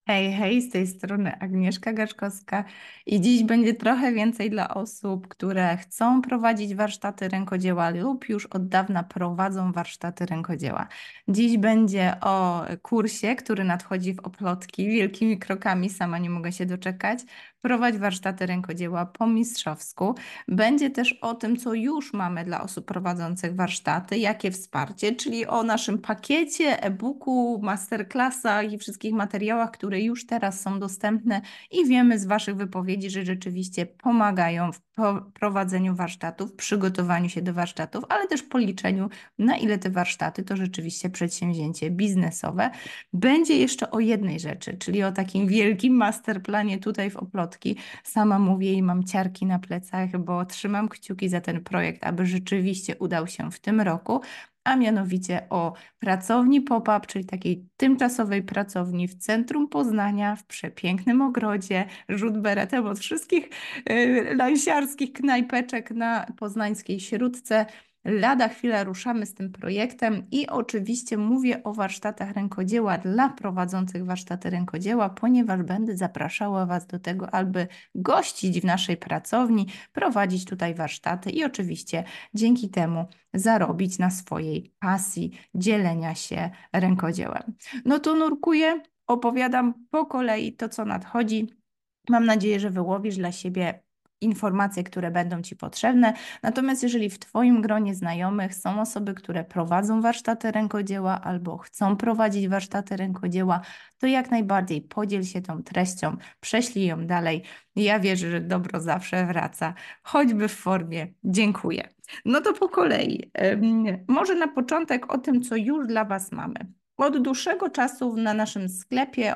Hej, hej, z tej strony Agnieszka Gaczkowska i dziś będzie trochę więcej dla osób, które chcą prowadzić warsztaty rękodzieła lub już od dawna prowadzą warsztaty rękodzieła. Dziś będzie o kursie, który nadchodzi w Oplotki wielkimi krokami, sama nie mogę się doczekać. Prowadź warsztaty rękodzieła po mistrzowsku. Będzie też o tym, co już mamy dla osób prowadzących warsztaty, jakie wsparcie, czyli o naszym pakiecie, e-booku, masterclassach i wszystkich materiałach, które już teraz są dostępne i wiemy z Waszych wypowiedzi, że rzeczywiście pomagają w prowadzeniu warsztatów, przygotowaniu się do warsztatów, ale też policzeniu, na ile te warsztaty to rzeczywiście przedsięwzięcie biznesowe. Będzie jeszcze o jednej rzeczy, czyli o takim wielkim masterplanie tutaj w Oplotki. Sama mówię i mam ciarki na plecach, bo trzymam kciuki za ten projekt, aby rzeczywiście udał się w tym roku, a mianowicie o pracowni pop-up, czyli takiej tymczasowej pracowni w centrum Poznania, w przepięknym ogrodzie, rzut beretem od wszystkich lansiarskich knajpeczek na poznańskiej Śródce. Lada chwilę ruszamy z tym projektem i oczywiście mówię o warsztatach rękodzieła dla prowadzących warsztaty rękodzieła, ponieważ będę zapraszała Was do tego, aby gościć w naszej pracowni, prowadzić tutaj warsztaty i oczywiście dzięki temu zarobić na swojej pasji dzielenia się rękodziełem. No to nurkuję, opowiadam po kolei to, co nadchodzi. Mam nadzieję, że wyłowisz dla siebie informacje, które będą Ci potrzebne. Natomiast jeżeli w Twoim gronie znajomych są osoby, które prowadzą warsztaty rękodzieła albo chcą prowadzić warsztaty rękodzieła, to jak najbardziej podziel się tą treścią, prześlij ją dalej. Ja wierzę, że dobro zawsze wraca, choćby w formie dziękuję. No to po kolei. Może na początek o tym, co już dla Was mamy. Od dłuższego czasu na naszym sklepie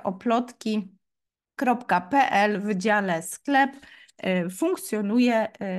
oplotki.pl w dziale sklep funkcjonuje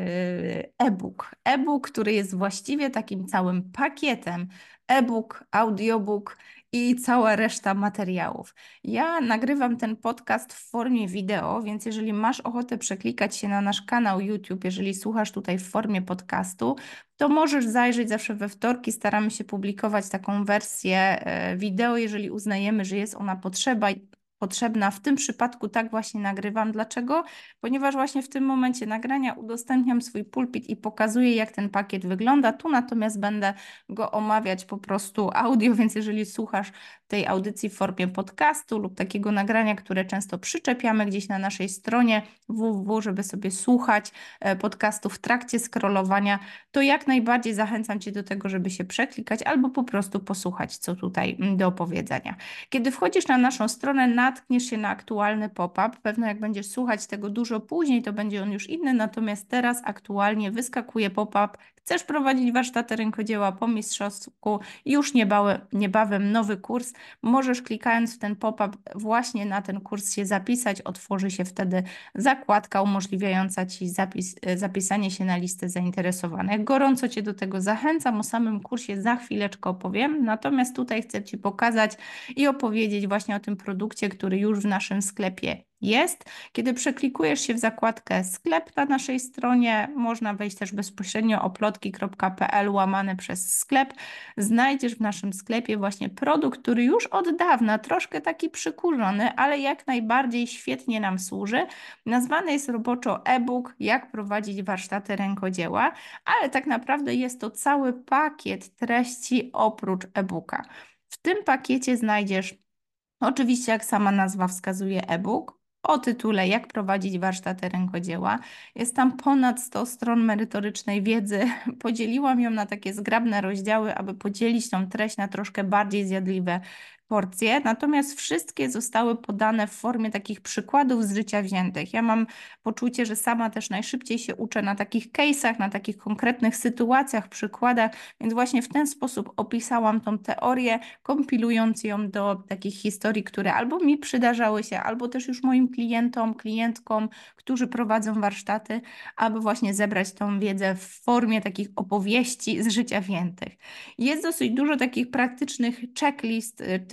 e-book. E-book, który jest właściwie takim całym pakietem e-book, audiobook i cała reszta materiałów. Ja nagrywam ten podcast w formie wideo, więc jeżeli masz ochotę przeklikać się na nasz kanał YouTube, jeżeli słuchasz tutaj w formie podcastu, to możesz zajrzeć zawsze we wtorki. Staramy się publikować taką wersję wideo, jeżeli uznajemy, że jest ona potrzebna. W tym przypadku tak właśnie nagrywam. Dlaczego? Ponieważ właśnie w tym momencie nagrania udostępniam swój pulpit i pokazuję, jak ten pakiet wygląda. Tu natomiast będę go omawiać po prostu audio, więc jeżeli słuchasz tej audycji w formie podcastu lub takiego nagrania, które często przyczepiamy gdzieś na naszej stronie www, żeby sobie słuchać podcastu w trakcie scrollowania, to jak najbardziej zachęcam Cię do tego, żeby się przeklikać albo po prostu posłuchać, co tutaj do opowiedzenia. Kiedy wchodzisz na naszą stronę, natkniesz się na aktualny pop-up. Pewno jak będziesz słuchać tego dużo później, to będzie on już inny, natomiast teraz aktualnie wyskakuje pop-up. Chcesz prowadzić warsztaty rękodzieła po mistrzowsku, już niebawem nowy kurs. Możesz klikając w ten pop-up właśnie na ten kurs się zapisać. Otworzy się wtedy zakładka umożliwiająca Ci zapisanie się na listę zainteresowanych. Gorąco Cię do tego zachęcam. O samym kursie za chwileczkę opowiem. Natomiast tutaj chcę Ci pokazać i opowiedzieć właśnie o tym produkcie, który już w naszym sklepie jest. Kiedy przeklikujesz się w zakładkę sklep na naszej stronie, można wejść też bezpośrednio oplotki.pl łamane przez sklep. Znajdziesz w naszym sklepie właśnie produkt, który już od dawna, troszkę taki przykurzony, ale jak najbardziej świetnie nam służy. Nazwany jest roboczo e-book, jak prowadzić warsztaty rękodzieła, ale tak naprawdę jest to cały pakiet treści oprócz e-booka. W tym pakiecie znajdziesz oczywiście, jak sama nazwa wskazuje, e-book o tytule Jak prowadzić warsztaty rękodzieła. Jest tam ponad 100 stron merytorycznej wiedzy. Podzieliłam ją na takie zgrabne rozdziały, aby podzielić tą treść na troszkę bardziej zjadliwe porcje, natomiast wszystkie zostały podane w formie takich przykładów z życia wziętych. Ja mam poczucie, że sama też najszybciej się uczę na takich case'ach, na takich konkretnych sytuacjach, przykładach, więc właśnie w ten sposób opisałam tą teorię, kompilując ją do takich historii, które albo mi przydarzały się, albo też już moim klientom, klientkom, którzy prowadzą warsztaty, aby właśnie zebrać tą wiedzę w formie takich opowieści z życia wziętych. Jest dosyć dużo takich praktycznych checklist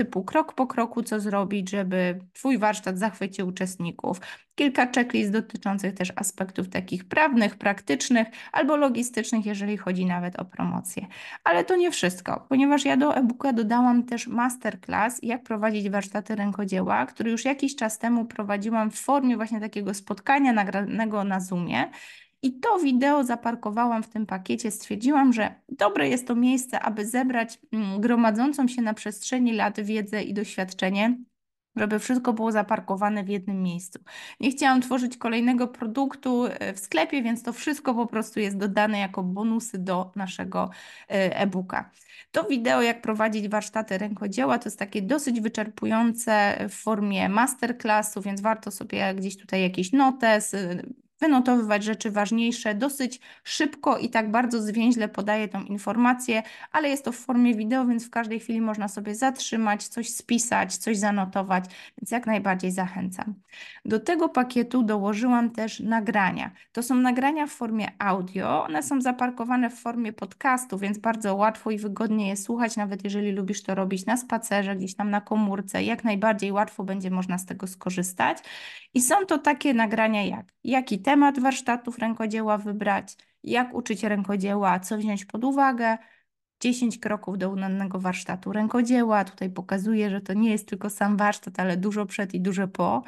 typu krok po kroku, co zrobić, żeby Twój warsztat zachwycił uczestników. Kilka checklist dotyczących też aspektów takich prawnych, praktycznych albo logistycznych, jeżeli chodzi nawet o promocję. Ale to nie wszystko, ponieważ ja do e-booka dodałam też masterclass, jak prowadzić warsztaty rękodzieła, który już jakiś czas temu prowadziłam w formie właśnie takiego spotkania nagranego na Zoomie. I to wideo zaparkowałam w tym pakiecie. Stwierdziłam, że dobre jest to miejsce, aby zebrać gromadzącą się na przestrzeni lat wiedzę i doświadczenie, żeby wszystko było zaparkowane w jednym miejscu. Nie chciałam tworzyć kolejnego produktu w sklepie, więc to wszystko po prostu jest dodane jako bonusy do naszego e-booka. To wideo, jak prowadzić warsztaty rękodzieła, to jest takie dosyć wyczerpujące w formie masterclassu, więc warto sobie gdzieś tutaj jakiś notes, wynotowywać rzeczy ważniejsze, dosyć szybko i tak bardzo zwięźle podaję tą informację, ale jest to w formie wideo, więc w każdej chwili można sobie zatrzymać, coś spisać, coś zanotować, więc jak najbardziej zachęcam. Do tego pakietu dołożyłam też nagrania. To są nagrania w formie audio, one są zaparkowane w formie podcastu, więc bardzo łatwo i wygodnie je słuchać, nawet jeżeli lubisz to robić na spacerze, gdzieś tam na komórce, jak najbardziej łatwo będzie można z tego skorzystać. I są to takie nagrania jak, jaki temat warsztatów rękodzieła wybrać, jak uczyć rękodzieła, co wziąć pod uwagę, 10 kroków do udanego warsztatu rękodzieła. Tutaj pokazuję, że to nie jest tylko sam warsztat, ale dużo przed i dużo po.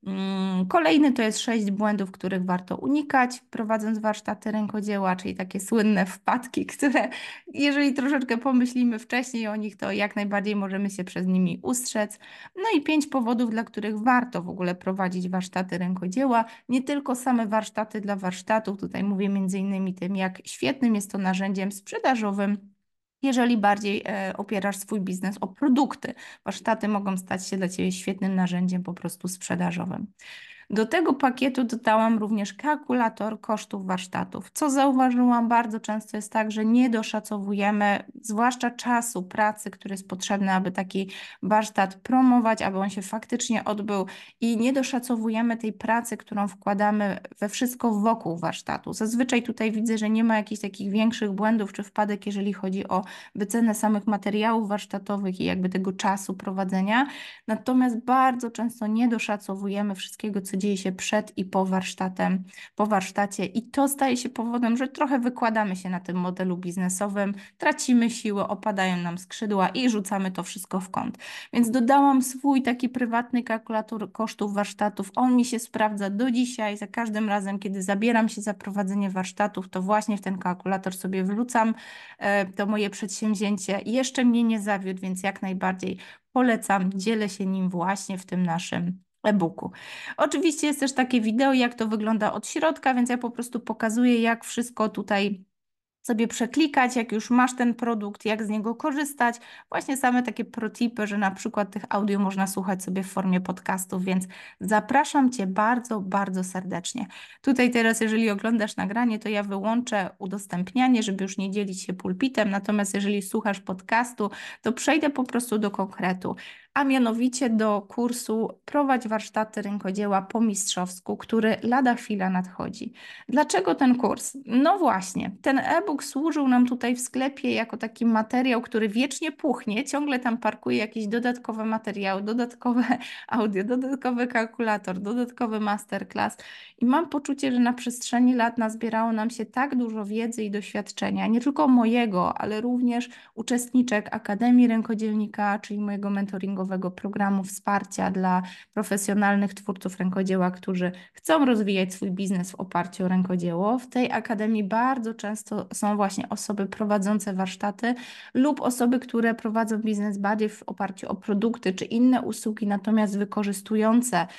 Kolejny to jest 6 błędów, których warto unikać, prowadząc warsztaty rękodzieła, czyli takie słynne wpadki, które jeżeli troszeczkę pomyślimy wcześniej o nich, to jak najbardziej możemy się przez nimi ustrzec. No i 5 powodów, dla których warto w ogóle prowadzić warsztaty rękodzieła, nie tylko same warsztaty dla warsztatów, tutaj mówię między innymi tym, jak świetnym jest to narzędziem sprzedażowym, jeżeli bardziej opierasz swój biznes o produkty. Warsztaty mogą stać się dla Ciebie świetnym narzędziem po prostu sprzedażowym. Do tego pakietu dodałam również kalkulator kosztów warsztatów. Co zauważyłam, bardzo często jest tak, że nie doszacowujemy, zwłaszcza czasu pracy, który jest potrzebny, aby taki warsztat promować, aby on się faktycznie odbył i nie doszacowujemy tej pracy, którą wkładamy we wszystko wokół warsztatu. Zazwyczaj tutaj widzę, że nie ma jakichś takich większych błędów czy wpadek, jeżeli chodzi o wycenę samych materiałów warsztatowych i jakby tego czasu prowadzenia. Natomiast bardzo często nie doszacowujemy wszystkiego, co dzieje się przed i po warsztatem, po warsztacie i to staje się powodem, że trochę wykładamy się na tym modelu biznesowym, tracimy siłę, opadają nam skrzydła i rzucamy to wszystko w kąt. Więc dodałam swój taki prywatny kalkulator kosztów warsztatów. On mi się sprawdza do dzisiaj. Za każdym razem, kiedy zabieram się za prowadzenie warsztatów, to właśnie w ten kalkulator sobie wrzucam to moje przedsięwzięcie. Jeszcze mnie nie zawiódł, więc jak najbardziej polecam, dzielę się nim właśnie w tym naszym e-booku. Oczywiście jest też takie wideo, jak to wygląda od środka, więc ja po prostu pokazuję, jak wszystko tutaj sobie przeklikać, jak już masz ten produkt, jak z niego korzystać. Właśnie same takie protipy, że na przykład tych audio można słuchać sobie w formie podcastów, więc zapraszam Cię bardzo, bardzo serdecznie. Tutaj teraz, jeżeli oglądasz nagranie, to ja wyłączę udostępnianie, żeby już nie dzielić się pulpitem, natomiast jeżeli słuchasz podcastu, to przejdę po prostu do konkretu, a mianowicie do kursu Prowadź warsztaty rękodzieła po mistrzowsku, który lada chwila nadchodzi. Dlaczego ten kurs? No właśnie, ten e-book służył nam tutaj w sklepie jako taki materiał, który wiecznie puchnie, ciągle tam parkuje jakieś dodatkowe materiały, dodatkowe audio, dodatkowy kalkulator, dodatkowy masterclass i mam poczucie, że na przestrzeni lat nazbierało nam się tak dużo wiedzy i doświadczenia, nie tylko mojego, ale również uczestniczek Akademii Rękodzielnika, czyli mojego mentoringowego programu wsparcia dla profesjonalnych twórców rękodzieła, którzy chcą rozwijać swój biznes w oparciu o rękodzieło. W tej akademii bardzo często są właśnie osoby prowadzące warsztaty lub osoby, które prowadzą biznes bardziej w oparciu o produkty czy inne usługi, natomiast wykorzystujące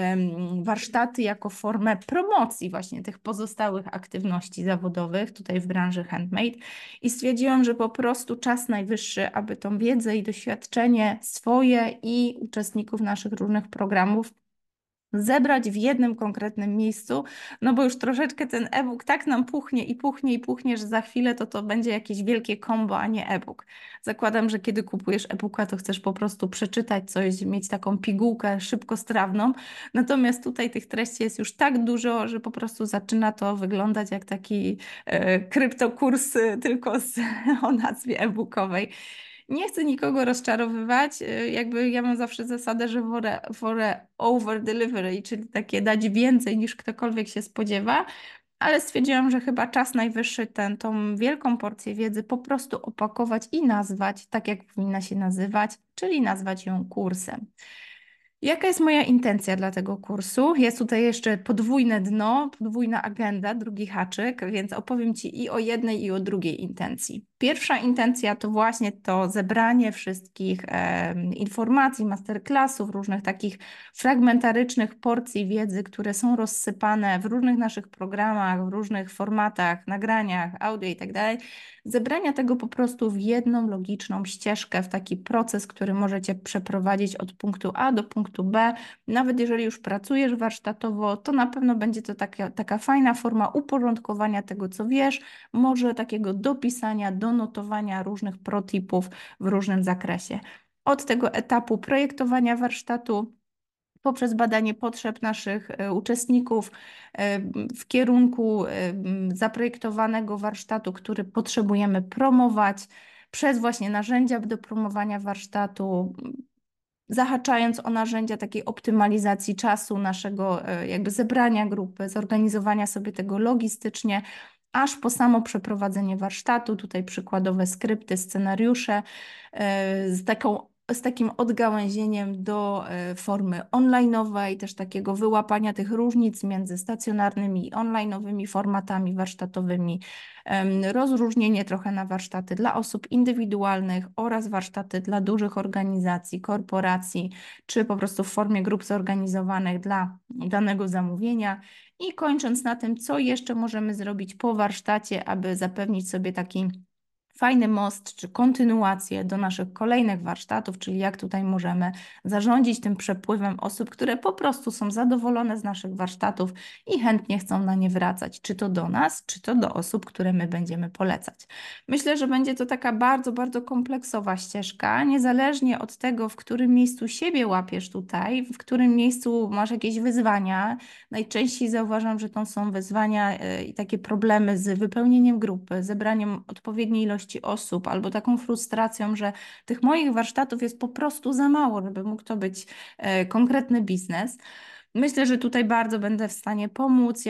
warsztaty jako formę promocji właśnie tych pozostałych aktywności zawodowych tutaj w branży handmade. I stwierdziłam, że po prostu czas najwyższy, aby tą wiedzę i doświadczenie swoje i uczestników naszych różnych programów zebrać w jednym konkretnym miejscu, no bo już troszeczkę ten e-book tak nam puchnie i puchnie i puchnie, że za chwilę to będzie jakieś wielkie kombo, a nie e-book. Zakładam, że kiedy kupujesz e-booka, to chcesz po prostu przeczytać coś, mieć taką pigułkę szybkostrawną, natomiast tutaj tych treści jest już tak dużo, że po prostu zaczyna to wyglądać jak taki kryptokurs tylko o nazwie e-bookowej. Nie chcę nikogo rozczarowywać. Jakby ja mam zawsze zasadę, że wolę over delivery, czyli takie dać więcej niż ktokolwiek się spodziewa. Ale stwierdziłam, że chyba czas najwyższy tą wielką porcję wiedzy po prostu opakować i nazwać tak, jak powinna się nazywać, czyli nazwać ją kursem. Jaka jest moja intencja dla tego kursu? Jest tutaj jeszcze podwójne dno, podwójna agenda, drugi haczyk, więc opowiem Ci i o jednej, i o drugiej intencji. Pierwsza intencja to właśnie to zebranie wszystkich informacji, masterclassów, różnych takich fragmentarycznych porcji wiedzy, które są rozsypane w różnych naszych programach, w różnych formatach, nagraniach, audio i tak dalej. Zebrania tego po prostu w jedną logiczną ścieżkę, w taki proces, który możecie przeprowadzić od punktu A do punktu B. Nawet jeżeli już pracujesz warsztatowo, to na pewno będzie to taka fajna forma uporządkowania tego, co wiesz, może takiego dopisania, donotowania różnych protipów w różnym zakresie. Od tego etapu projektowania warsztatu poprzez badanie potrzeb naszych uczestników w kierunku zaprojektowanego warsztatu, który potrzebujemy promować, przez właśnie narzędzia do promowania warsztatu, zahaczając o narzędzia takiej optymalizacji czasu naszego jakby zebrania grupy, zorganizowania sobie tego logistycznie, aż po samo przeprowadzenie warsztatu, tutaj przykładowe skrypty, scenariusze, z takim odgałęzieniem do formy online'owej, też takiego wyłapania tych różnic między stacjonarnymi i online'owymi formatami warsztatowymi, rozróżnienie trochę na warsztaty dla osób indywidualnych oraz warsztaty dla dużych organizacji, korporacji, czy po prostu w formie grup zorganizowanych dla danego zamówienia. I kończąc na tym, co jeszcze możemy zrobić po warsztacie, aby zapewnić sobie taki fajny most czy kontynuację do naszych kolejnych warsztatów, czyli jak tutaj możemy zarządzić tym przepływem osób, które po prostu są zadowolone z naszych warsztatów i chętnie chcą na nie wracać, czy to do nas, czy to do osób, które my będziemy polecać. Myślę, że będzie to taka bardzo, bardzo kompleksowa ścieżka, niezależnie od tego, w którym miejscu siebie łapiesz tutaj, w którym miejscu masz jakieś wyzwania. Najczęściej zauważam, że to są wyzwania i takie problemy z wypełnieniem grupy, zebraniem odpowiedniej ilości osób, albo taką frustracją, że tych moich warsztatów jest po prostu za mało, żeby mógł to być konkretny biznes. Myślę, że tutaj bardzo będę w stanie pomóc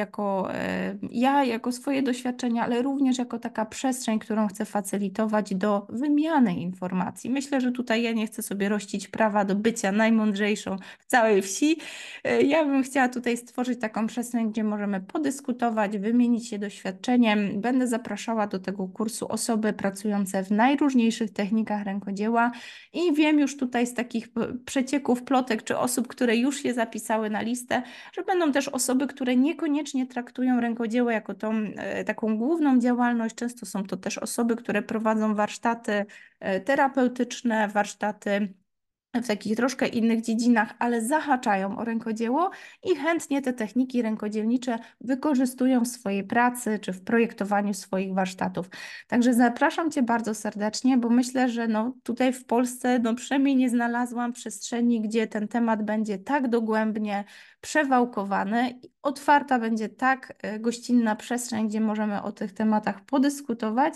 jako swoje doświadczenia, ale również jako taka przestrzeń, którą chcę facylitować do wymiany informacji. Myślę, że tutaj ja nie chcę sobie rościć prawa do bycia najmądrzejszą w całej wsi. Ja bym chciała tutaj stworzyć taką przestrzeń, gdzie możemy podyskutować, wymienić się doświadczeniem. Będę zapraszała do tego kursu osoby pracujące w najróżniejszych technikach rękodzieła i wiem już tutaj z takich przecieków, plotek czy osób, które już się zapisały na listę, że będą też osoby, które niekoniecznie traktują rękodzieło jako tą taką główną działalność. Często są to też osoby, które prowadzą warsztaty terapeutyczne, warsztaty w takich troszkę innych dziedzinach, ale zahaczają o rękodzieło i chętnie te techniki rękodzielnicze wykorzystują w swojej pracy czy w projektowaniu swoich warsztatów. Także zapraszam Cię bardzo serdecznie, bo myślę, że no, tutaj w Polsce przynajmniej nie znalazłam przestrzeni, gdzie ten temat będzie tak dogłębnie przewałkowany i otwarta będzie tak gościnna przestrzeń, gdzie możemy o tych tematach podyskutować.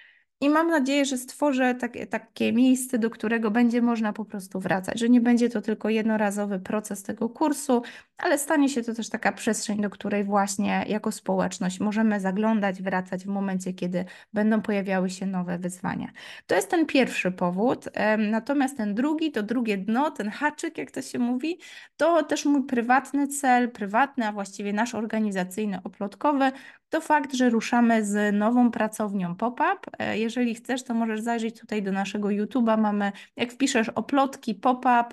I mam nadzieję, że stworzę takie miejsce, do którego będzie można po prostu wracać, że nie będzie to tylko jednorazowy proces tego kursu, ale stanie się to też taka przestrzeń, do której właśnie jako społeczność możemy zaglądać, wracać w momencie, kiedy będą pojawiały się nowe wyzwania. To jest ten pierwszy powód. Natomiast ten drugi, to drugie dno, ten haczyk, jak to się mówi, to też mój prywatny cel, prywatny, a właściwie nasz organizacyjny, oplotkowy, to fakt, że ruszamy z nową pracownią pop-up. Jeżeli chcesz, to możesz zajrzeć tutaj do naszego YouTube'a. Mamy, jak wpiszesz oplotki pop-up,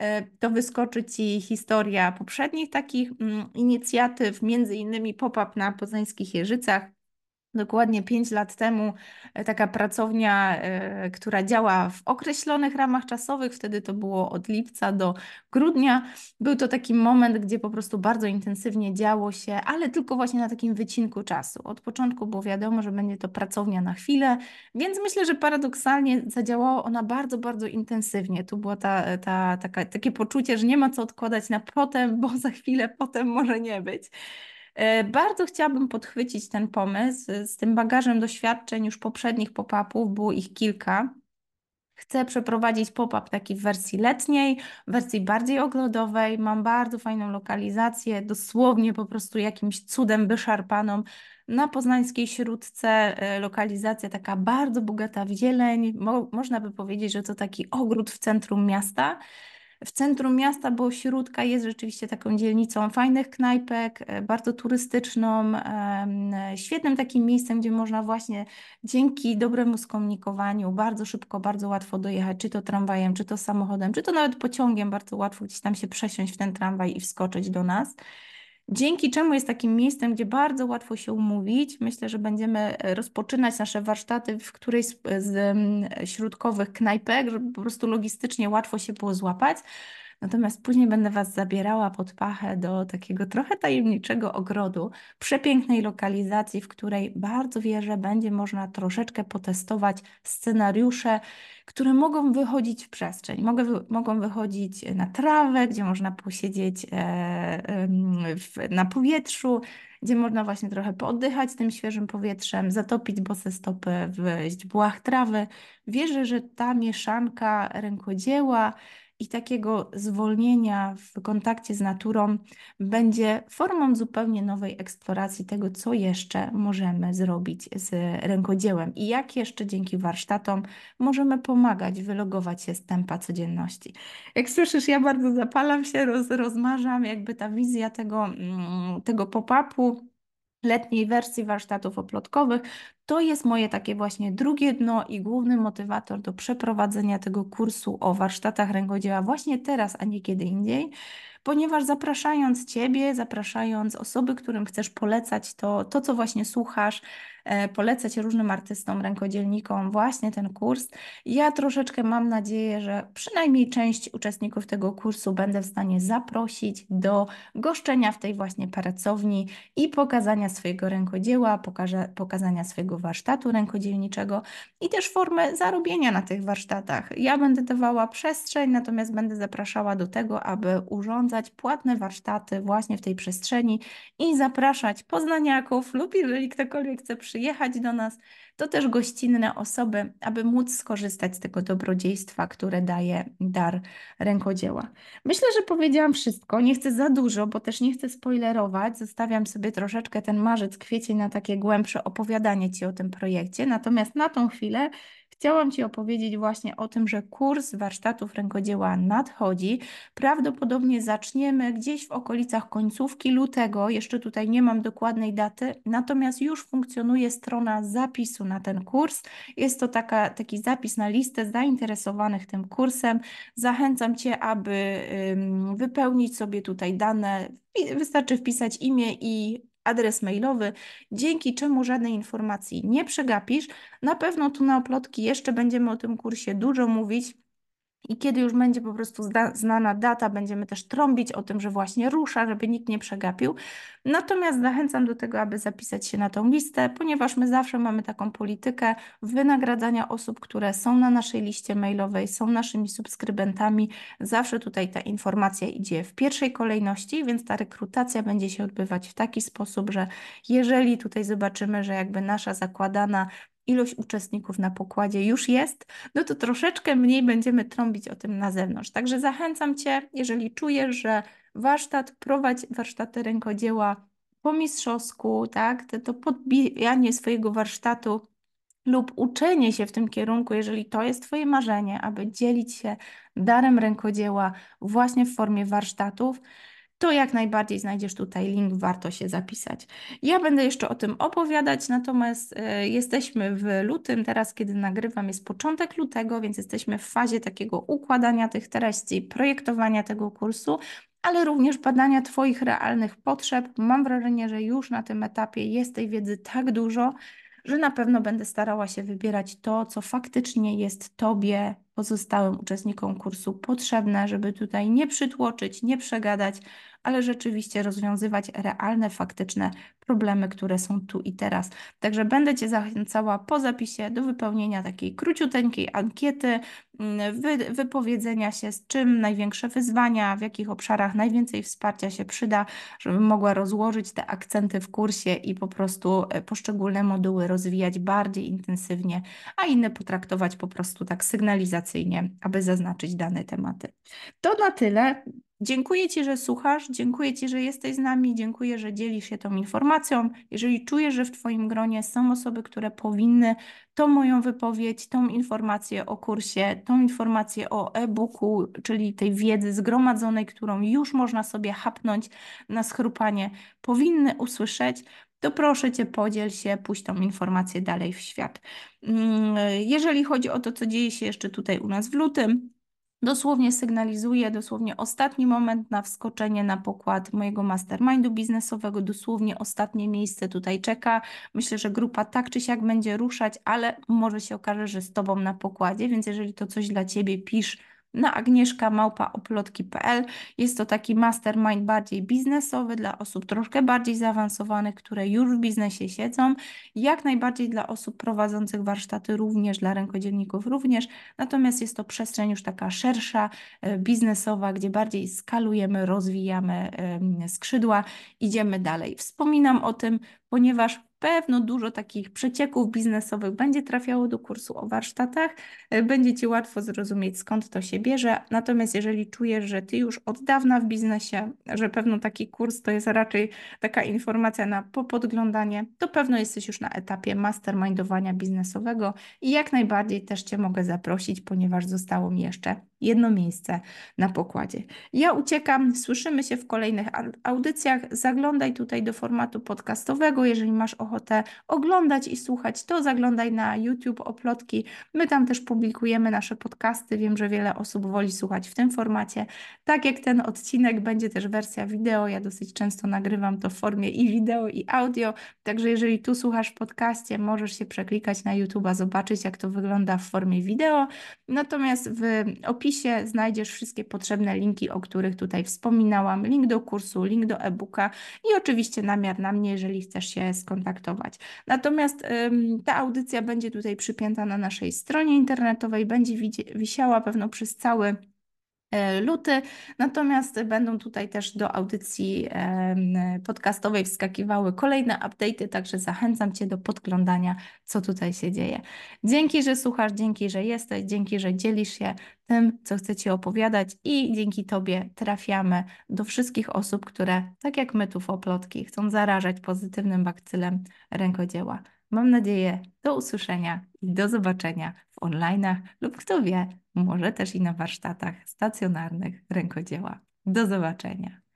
to wyskoczy Ci historia poprzednich takich inicjatyw, między innymi pop-up na Poznańskich Jeżycach. Dokładnie 5 lat temu taka pracownia, która działa w określonych ramach czasowych, wtedy to było od lipca do grudnia. Był to taki moment, gdzie po prostu bardzo intensywnie działo się, ale tylko właśnie na takim wycinku czasu. Od początku było wiadomo, że będzie to pracownia na chwilę, więc myślę, że paradoksalnie zadziałała ona bardzo, bardzo intensywnie. Tu było takie poczucie, że nie ma co odkładać na potem, bo za chwilę potem może nie być. Bardzo chciałabym podchwycić ten pomysł z tym bagażem doświadczeń już poprzednich pop-upów, było ich kilka. Chcę przeprowadzić pop-up taki w wersji letniej, w wersji bardziej ogrodowej. Mam bardzo fajną lokalizację, dosłownie po prostu jakimś cudem wyszarpaną na Poznańskiej Śródce. Lokalizacja taka bardzo bogata w zieleń. Można by powiedzieć, że to taki ogród w centrum miasta. W centrum miasta, bo Śródka jest rzeczywiście taką dzielnicą fajnych knajpek, bardzo turystyczną, świetnym takim miejscem, gdzie można właśnie dzięki dobremu skomunikowaniu bardzo szybko, bardzo łatwo dojechać, czy to tramwajem, czy to samochodem, czy to nawet pociągiem, bardzo łatwo gdzieś tam się przesiąść w ten tramwaj i wskoczyć do nas. Dzięki czemu jest takim miejscem, gdzie bardzo łatwo się umówić. Myślę, że będziemy rozpoczynać nasze warsztaty w którejś z środkowych knajpek, żeby po prostu logistycznie łatwo się było złapać. Natomiast później będę Was zabierała pod pachę do takiego trochę tajemniczego ogrodu, przepięknej lokalizacji, w której bardzo wierzę, będzie można troszeczkę potestować scenariusze, które mogą wychodzić w przestrzeń. Mogą wychodzić na trawę, gdzie można posiedzieć na powietrzu, gdzie można właśnie trochę pooddychać tym świeżym powietrzem, zatopić bose stopy w źdźbłach trawy. Wierzę, że ta mieszanka rękodzieła i takiego zwolnienia w kontakcie z naturą będzie formą zupełnie nowej eksploracji tego, co jeszcze możemy zrobić z rękodziełem i jak jeszcze dzięki warsztatom możemy pomagać wylogować się z tempa codzienności. Jak słyszysz, ja bardzo zapalam się, rozmarzam, jakby ta wizja tego pop-upu, letniej wersji warsztatów oplotkowych. To jest moje takie właśnie drugie dno i główny motywator do przeprowadzenia tego kursu o warsztatach rękodzieła właśnie teraz, a nie kiedy indziej, ponieważ zapraszając Ciebie, zapraszając osoby, którym chcesz polecać to co właśnie słuchasz, polecać różnym artystom, rękodzielnikom właśnie ten kurs, ja troszeczkę mam nadzieję, że przynajmniej część uczestników tego kursu będę w stanie zaprosić do goszczenia w tej właśnie pracowni i pokazania swojego rękodzieła, pokazania swojego warsztatu rękodzielniczego i też formę zarobienia na tych warsztatach. Ja będę dawała przestrzeń, natomiast będę zapraszała do tego, aby urządzać płatne warsztaty właśnie w tej przestrzeni i zapraszać poznaniaków lub jeżeli ktokolwiek chce przyjechać do nas, to też gościnne osoby, aby móc skorzystać z tego dobrodziejstwa, które daje dar rękodzieła. Myślę, że powiedziałam wszystko. Nie chcę za dużo, bo też nie chcę spoilerować. Zostawiam sobie troszeczkę ten marzec, kwiecień na takie głębsze opowiadanie Ci o tym projekcie. Natomiast na tą chwilę chciałam Ci opowiedzieć właśnie o tym, że kurs warsztatów rękodzieła nadchodzi. Prawdopodobnie zaczniemy gdzieś w okolicach końcówki lutego. Jeszcze tutaj nie mam dokładnej daty, natomiast już funkcjonuje strona zapisu na ten kurs. Jest to taki zapis na listę zainteresowanych tym kursem. Zachęcam Cię, aby wypełnić sobie tutaj dane. Wystarczy wpisać imię i adres mailowy, dzięki czemu żadnej informacji nie przegapisz. Na pewno tu na Oplotki jeszcze będziemy o tym kursie dużo mówić. I kiedy już będzie po prostu znana data, będziemy też trąbić o tym, że właśnie rusza, żeby nikt nie przegapił. Natomiast zachęcam do tego, aby zapisać się na tą listę, ponieważ my zawsze mamy taką politykę wynagradzania osób, które są na naszej liście mailowej, są naszymi subskrybentami. Zawsze tutaj ta informacja idzie w pierwszej kolejności, więc ta rekrutacja będzie się odbywać w taki sposób, że jeżeli tutaj zobaczymy, że jakby nasza zakładana ilość uczestników na pokładzie już jest, no to troszeczkę mniej będziemy trąbić o tym na zewnątrz. Także zachęcam Cię, jeżeli czujesz, że prowadź warsztaty rękodzieła po mistrzowsku, tak, to podbijanie swojego warsztatu lub uczenie się w tym kierunku, jeżeli to jest Twoje marzenie, aby dzielić się darem rękodzieła właśnie w formie warsztatów, to jak najbardziej znajdziesz tutaj link, warto się zapisać. Ja będę jeszcze o tym opowiadać, natomiast jesteśmy w lutym, teraz kiedy nagrywam jest początek lutego, więc jesteśmy w fazie takiego układania tych treści, projektowania tego kursu, ale również badania Twoich realnych potrzeb. Mam wrażenie, że już na tym etapie jest tej wiedzy tak dużo, że na pewno będę starała się wybierać to, co faktycznie jest Tobie, pozostałym uczestnikom kursu potrzebne, żeby tutaj nie przytłoczyć, nie przegadać, ale rzeczywiście rozwiązywać realne, faktyczne problemy, które są tu i teraz. Także będę Cię zachęcała po zapisie do wypełnienia takiej króciuteńkiej ankiety, wypowiedzenia się, z czym największe wyzwania, w jakich obszarach najwięcej wsparcia się przyda, żebym mogła rozłożyć te akcenty w kursie i po prostu poszczególne moduły rozwijać bardziej intensywnie, a inne potraktować po prostu tak sygnalizacją inspiracyjnie, aby zaznaczyć dane tematy. To na tyle. Dziękuję Ci, że słuchasz, dziękuję Ci, że jesteś z nami, dziękuję, że dzielisz się tą informacją. Jeżeli czujesz, że w Twoim gronie są osoby, które powinny tą moją wypowiedź, tą informację o kursie, tą informację o e-booku, czyli tej wiedzy zgromadzonej, którą już można sobie chapnąć na schrupanie, powinny usłyszeć, to proszę Cię, podziel się, puść tą informację dalej w świat. Jeżeli chodzi o to, co dzieje się jeszcze tutaj u nas w lutym, dosłownie sygnalizuję, dosłownie ostatni moment na wskoczenie na pokład mojego mastermindu biznesowego, dosłownie ostatnie miejsce tutaj czeka. Myślę, że grupa tak czy siak będzie ruszać, ale może się okaże, że z Tobą na pokładzie, więc jeżeli to coś dla Ciebie, pisz na agnieszka@oplotki.pl. Jest to taki mastermind bardziej biznesowy dla osób troszkę bardziej zaawansowanych, które już w biznesie siedzą, jak najbardziej dla osób prowadzących warsztaty również, dla rękodzielników również, natomiast jest to przestrzeń już taka szersza, biznesowa, gdzie bardziej skalujemy, rozwijamy skrzydła, idziemy dalej. Wspominam o tym, ponieważ pewno dużo takich przecieków biznesowych będzie trafiało do kursu o warsztatach, będzie Ci łatwo zrozumieć, skąd to się bierze. Natomiast jeżeli czujesz, że Ty już od dawna w biznesie, że pewno taki kurs to jest raczej taka informacja na popodglądanie, to pewno jesteś już na etapie mastermindowania biznesowego i jak najbardziej też Cię mogę zaprosić, ponieważ zostało mi jeszcze jedno miejsce na pokładzie. Ja uciekam, słyszymy się w kolejnych audycjach. Zaglądaj tutaj do formatu podcastowego, jeżeli masz ochotę oglądać i słuchać, to zaglądaj na YouTube Oplotki. My tam też publikujemy nasze podcasty. Wiem, że wiele osób woli słuchać w tym formacie. Tak jak ten odcinek, będzie też wersja wideo. Ja dosyć często nagrywam to w formie i wideo, i audio. Także jeżeli tu słuchasz w podcaście, możesz się przeklikać na YouTube'a, zobaczyć, jak to wygląda w formie wideo. Natomiast w opisie znajdziesz wszystkie potrzebne linki, o których tutaj wspominałam. Link do kursu, link do e-booka i oczywiście namiar na mnie, jeżeli chcesz się skontaktować. Natomiast ta audycja będzie tutaj przypięta na naszej stronie internetowej, będzie wisiała pewno przez cały luty, natomiast będą tutaj też do audycji podcastowej wskakiwały kolejne update'y, także zachęcam Cię do podglądania, co tutaj się dzieje. Dzięki, że słuchasz, dzięki, że jesteś, dzięki, że dzielisz się tym, co chcę Ci opowiadać i dzięki Tobie trafiamy do wszystkich osób, które, tak jak my tu w Oplotki, chcą zarażać pozytywnym bakcylem rękodzieła. Mam nadzieję, do usłyszenia i do zobaczenia w online'ach lub kto wie, może też i na warsztatach stacjonarnych rękodzieła. Do zobaczenia.